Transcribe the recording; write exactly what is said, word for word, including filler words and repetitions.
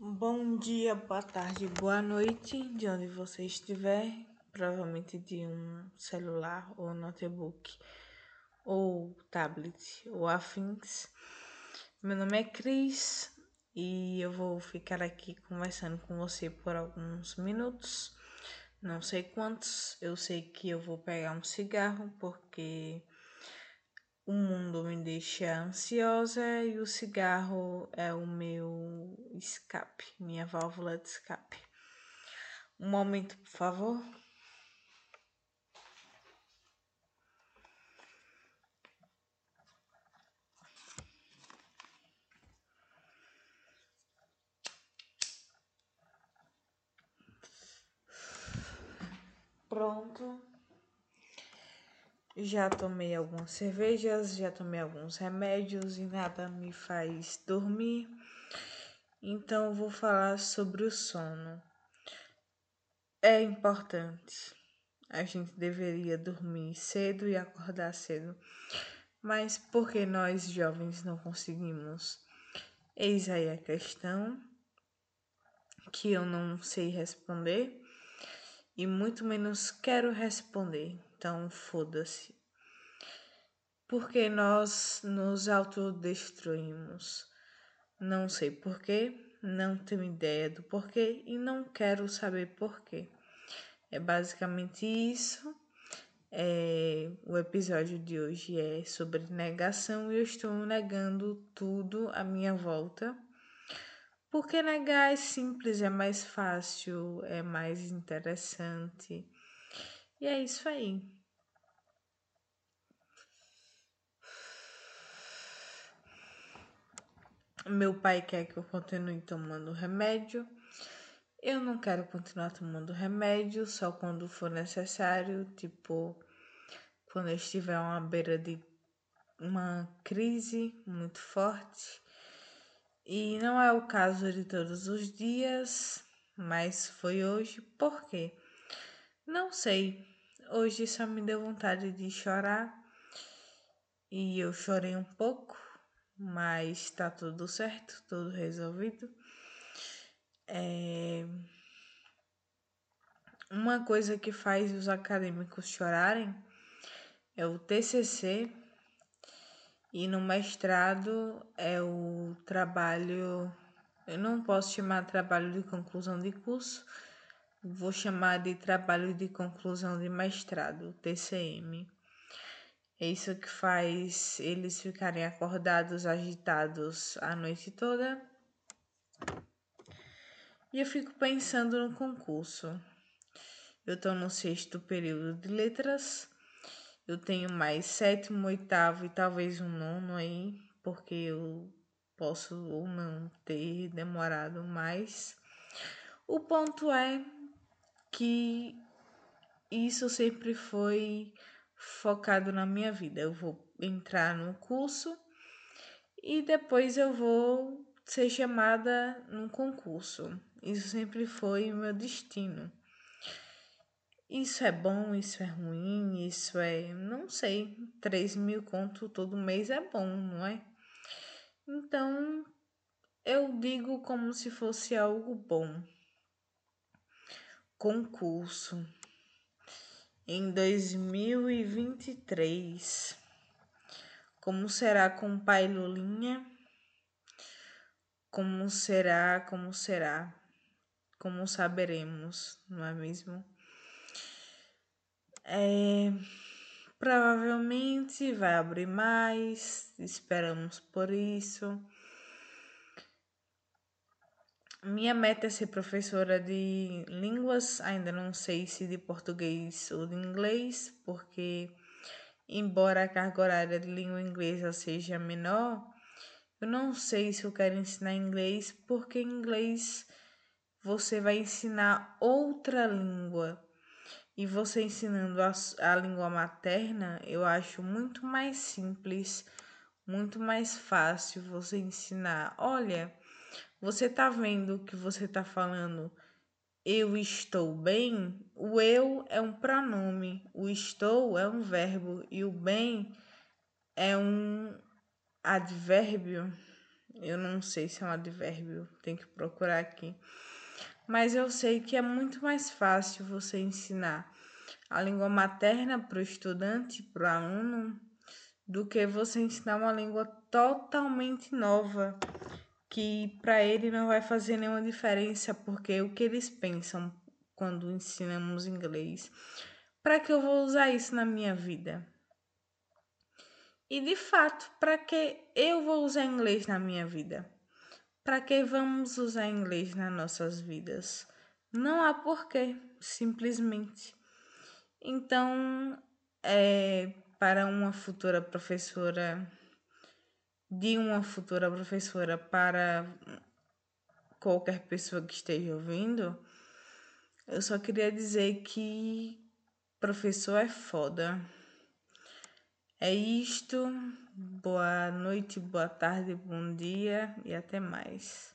Bom dia, boa tarde, boa noite, de onde você estiver, provavelmente de um celular ou notebook ou tablet ou afins. Meu nome é Cris e eu vou ficar aqui conversando com você por alguns minutos, não sei quantos. Eu sei que eu vou pegar um cigarro porque o mundo me deixa ansiosa e o cigarro é o meu escape, minha válvula de escape. Um momento, por favor. Pronto. Já tomei algumas cervejas, já tomei alguns remédios e nada me faz dormir. Então eu vou falar sobre o sono. É importante. A gente deveria dormir cedo e acordar cedo. Mas por que nós jovens não conseguimos? Eis aí a questão que eu não sei responder e muito menos quero responder. Então, foda-se. Porque nós nos autodestruímos. Não sei porquê, não tenho ideia do porquê e não quero saber porquê. É basicamente isso. É, o episódio de hoje é sobre negação e eu estou negando tudo à minha volta. Porque negar é simples, é mais fácil, é mais interessante. E é isso aí. Meu pai quer que eu continue tomando remédio. Eu não quero continuar tomando remédio só quando for necessário, tipo, quando eu estiver à beira de uma crise muito forte. E não é o caso de todos os dias, mas foi hoje. Por quê? Não sei. Hoje só me deu vontade de chorar e eu chorei um pouco, mas tá tudo certo, tudo resolvido. É... Uma coisa que faz os acadêmicos chorarem é o T C C e no mestrado é o trabalho. Eu não posso chamar trabalho de conclusão de curso, vou chamar de trabalho de conclusão de mestrado, T C M. É isso que faz eles ficarem acordados, agitados a noite toda. E eu fico pensando no concurso. Eu tô no sexto período de letras. Eu tenho mais sétimo, oitavo e talvez um nono aí, porque eu posso ou não ter demorado mais. O ponto é que isso sempre foi focado na minha vida. Eu vou entrar no curso e depois eu vou ser chamada num concurso. Isso sempre foi o meu destino. Isso é bom, isso é ruim, isso é... não sei, três mil conto todo mês é bom, não é? Então, eu digo como se fosse algo bom. Concurso. Em dois mil e vinte e três, como será com o pai Lulinha? Como será, como será? Como saberemos, não é mesmo? É, provavelmente vai abrir mais, esperamos por isso. Minha meta é ser professora de línguas, ainda não sei se de português ou de inglês, porque embora a carga horária de língua inglesa seja menor, eu não sei se eu quero ensinar inglês, porque inglês você vai ensinar outra língua. E você ensinando a, a língua materna, eu acho muito mais simples, muito mais fácil você ensinar. Olha, você tá vendo o que você tá falando? Eu estou bem? O eu é um pronome, o estou é um verbo e o bem é um advérbio. Eu não sei se é um advérbio, tem que procurar aqui. Mas eu sei que é muito mais fácil você ensinar a língua materna para o estudante, para o aluno, do que você ensinar uma língua totalmente nova, que para ele não vai fazer nenhuma diferença, porque o que eles pensam quando ensinamos inglês, para que eu vou usar isso na minha vida? E de fato, para que eu vou usar inglês na minha vida? Para que vamos usar inglês nas nossas vidas? Não há porquê, simplesmente. Então, é, para uma futura professora, de uma futura professora para qualquer pessoa que esteja ouvindo, eu só queria dizer que professor é foda. É isto. Boa noite, boa tarde, bom dia e até mais.